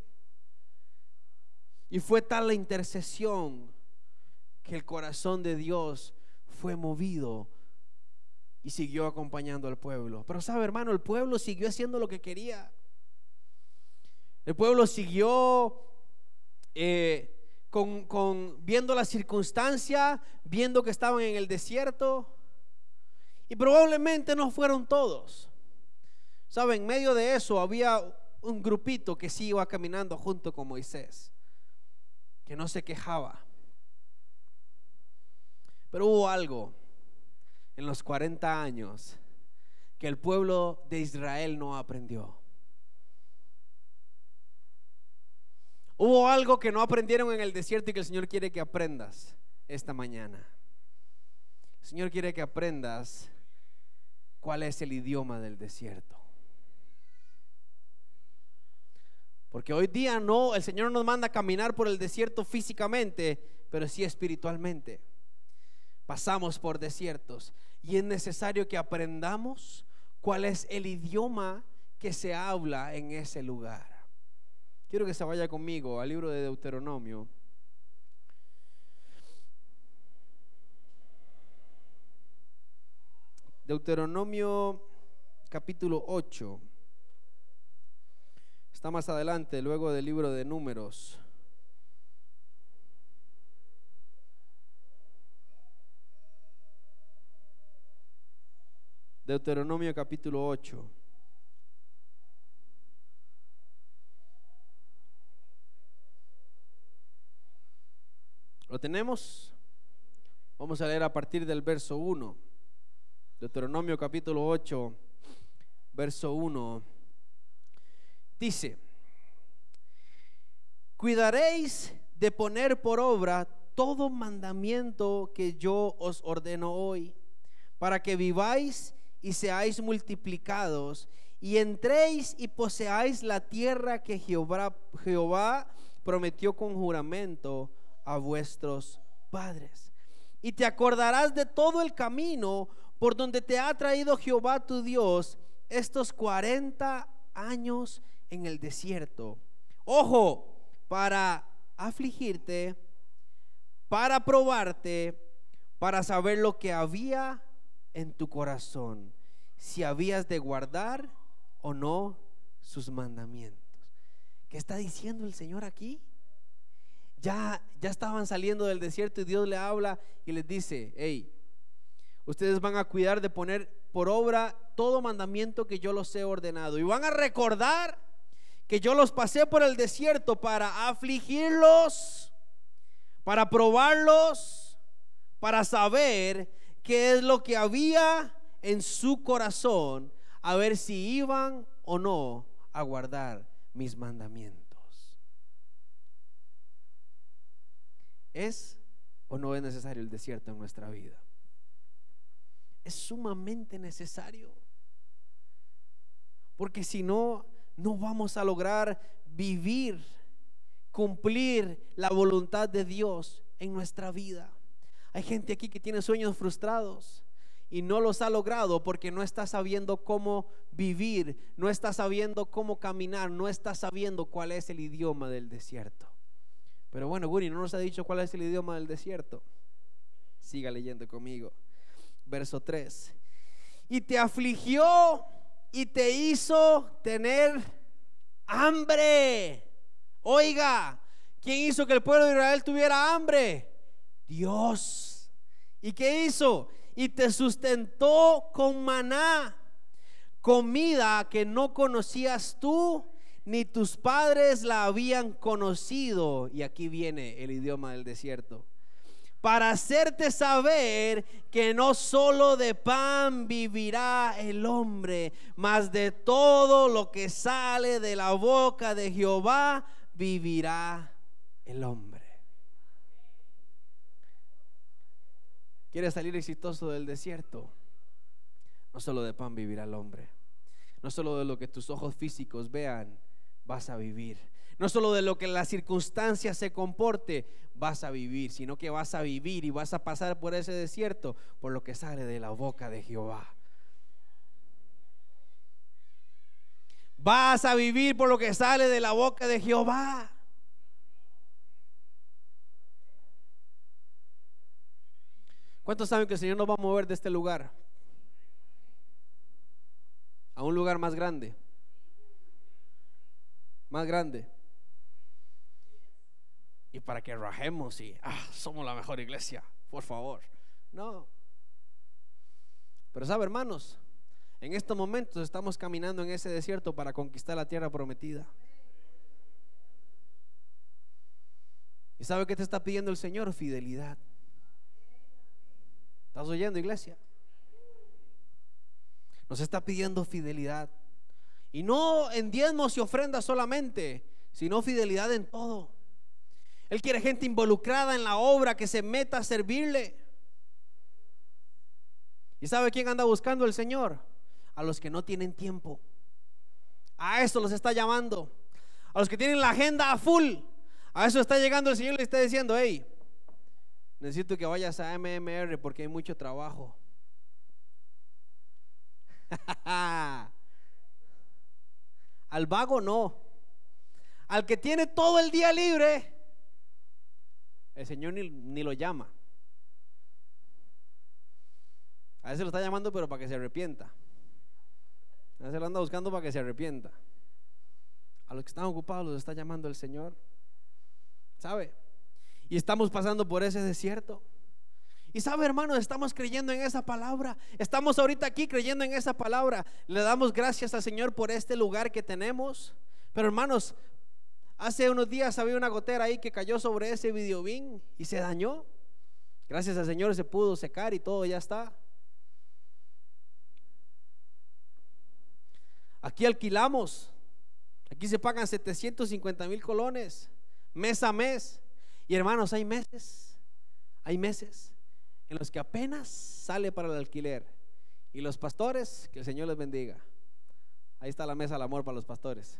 Y fue tal la intercesión que el corazón de Dios fue movido y siguió acompañando al pueblo. Pero sabe, hermano, el pueblo siguió haciendo lo que quería. El pueblo siguió eh, Con, con viendo la circunstancia, viendo que estaban en el desierto, y probablemente no fueron todos. Saben, en medio de eso había un grupito que sí iba caminando junto con Moisés, que no se quejaba. Pero hubo algo en los cuarenta años que el pueblo de Israel no aprendió. Hubo algo que no aprendieron en el desierto y que el Señor quiere que aprendas esta mañana. El Señor quiere que aprendas cuál es el idioma del desierto. Porque hoy día no, el Señor nos manda a caminar por el desierto físicamente, pero sí espiritualmente. Pasamos por desiertos y es necesario que aprendamos cuál es el idioma que se habla en ese lugar. Quiero que se vaya conmigo al libro de Deuteronomio. Deuteronomio capítulo ocho. Está más adelante, luego del libro de Números. Deuteronomio capítulo ocho. ¿Lo tenemos? Vamos a leer a partir del verso uno. Deuteronomio capítulo ocho, verso uno. Dice: cuidaréis de poner por obra todo mandamiento que yo os ordeno hoy, para que viváis y seáis multiplicados, y entréis y poseáis la tierra que Jehová, Jehová prometió con juramento a vuestros padres. Y te acordarás de todo el camino por donde te ha traído Jehová tu Dios estos cuarenta años en el desierto. Ojo, para afligirte, para probarte, para saber lo que había en tu corazón, si habías de guardar o no sus mandamientos. ¿Qué está diciendo el Señor aquí? Ya, ya estaban saliendo del desierto y Dios le habla y les dice: hey, ustedes van a cuidar de poner por obra todo mandamiento que yo los he ordenado, y van a recordar que yo los pasé por el desierto para afligirlos, para probarlos, para saber qué es lo que había en su corazón, a ver si iban o no a guardar mis mandamientos. ¿Es o no es necesario el desierto en nuestra vida? Es sumamente necesario, porque si no, no vamos a lograr vivir, cumplir la voluntad de Dios en nuestra vida. Hay gente aquí que tiene sueños frustrados y no los ha logrado porque no está sabiendo cómo vivir, no está sabiendo cómo caminar, no está sabiendo cuál es el idioma del desierto. Pero bueno, Guri no nos ha dicho cuál es el idioma del desierto. Siga leyendo conmigo. Verso tres. Y te afligió y te hizo tener hambre. Oiga, ¿quién hizo que el pueblo de Israel tuviera hambre? Dios. ¿Y qué hizo? Y te sustentó con maná, comida que no conocías tú, ni tus padres la habían conocido. Y aquí viene el idioma del desierto. para hacerte saber que no solo de pan vivirá el hombre, mas de todo lo que sale de la boca de Jehová vivirá el hombre. ¿Quieres salir exitoso del desierto? No solo de pan vivirá el hombre. No solo de lo que tus ojos físicos vean vas a vivir. No solo de lo que las circunstancias se comporte vas a vivir, sino que vas a vivir y vas a pasar por ese desierto por lo que sale de la boca de Jehová. Vas a vivir por lo que sale de la boca de Jehová. ¿Cuántos saben que el Señor nos va a mover de este lugar a un lugar más grande? Más grande. Y para que rajemos y ah, somos la mejor iglesia, por favor. No. Pero sabe, hermanos, en estos momentos estamos caminando en ese desierto para conquistar la tierra prometida. ¿Y sabe qué te está pidiendo el Señor? Fidelidad. ¿Estás oyendo, iglesia? Nos está pidiendo fidelidad. Y no en diezmos y ofrendas solamente, sino fidelidad en todo. Él quiere gente involucrada en la obra, que se meta a servirle. ¿Y sabe quién anda buscando el Señor? A los que no tienen tiempo. A eso los está llamando. A los que tienen la agenda a full. A eso está llegando el Señor y le está diciendo: hey, necesito que vayas a M M R porque hay mucho trabajo. Al vago no. Al que tiene todo el día libre, el Señor ni, ni lo llama. A veces lo está llamando pero para que se arrepienta. A veces lo anda buscando para que se arrepienta. A los que están ocupados los está llamando el Señor. ¿Sabe? Y estamos pasando por ese desierto. Y sabe, hermanos, estamos creyendo en esa palabra. Estamos ahorita aquí creyendo en esa palabra. Le damos gracias al Señor por este lugar que tenemos. Pero hermanos, hace unos días había una gotera ahí que cayó sobre ese videobin y se dañó. Gracias al Señor se pudo secar y todo ya está. Aquí alquilamos. Aquí se pagan setecientos cincuenta mil colones mes a mes. Y hermanos, hay meses, hay meses en los que apenas sale para el alquiler. Y los pastores, que el Señor les bendiga. Ahí está la mesa del amor para los pastores.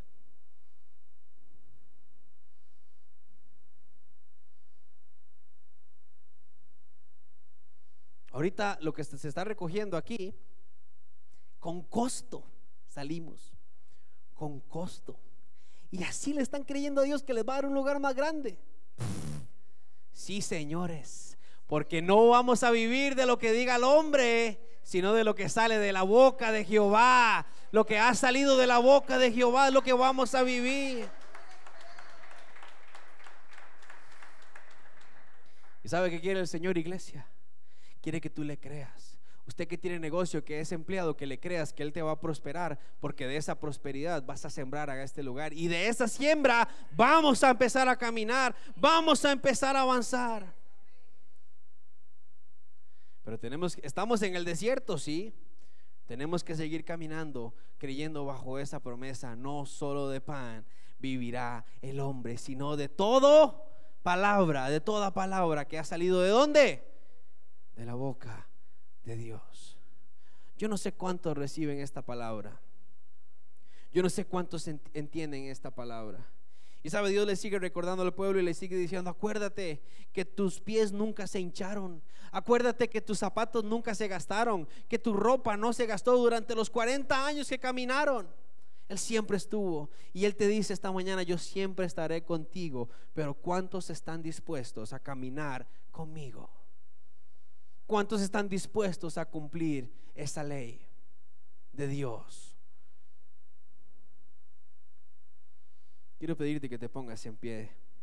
Ahorita lo que se está recogiendo aquí, con costo salimos, con costo. Y así le están creyendo a Dios que les va a dar un lugar más grande. Sí, señores, porque no vamos a vivir de lo que diga el hombre, sino de lo que sale de la boca de Jehová. Lo que ha salido de la boca de Jehová es lo que vamos a vivir. ¿Y sabe qué quiere el Señor, iglesia? Quiere que tú le creas. Usted que tiene negocio, que es empleado, que le creas que Él te va a prosperar, porque de esa prosperidad vas a sembrar a este lugar. Y de esa siembra vamos a empezar a caminar, vamos a empezar a avanzar. Pero tenemos, estamos en el desierto, sí. Tenemos que seguir caminando, creyendo bajo esa promesa. No solo de pan vivirá el hombre, sino de todo palabra, de toda palabra que ha salido ¿de dónde? De la boca de Dios. Yo no sé cuántos reciben esta palabra. Yo no sé cuántos ent- entienden esta palabra. Y sabe, Dios le sigue recordando al pueblo y le sigue diciendo: acuérdate que tus pies nunca se hincharon. Acuérdate que tus zapatos nunca se gastaron, que tu ropa no se gastó durante los cuarenta años que caminaron. Él siempre estuvo. Y Él te dice esta mañana: yo siempre estaré contigo. Pero ¿cuántos están dispuestos a caminar conmigo? ¿Cuántos están dispuestos a cumplir esa ley de Dios? Quiero pedirte que te pongas en pie.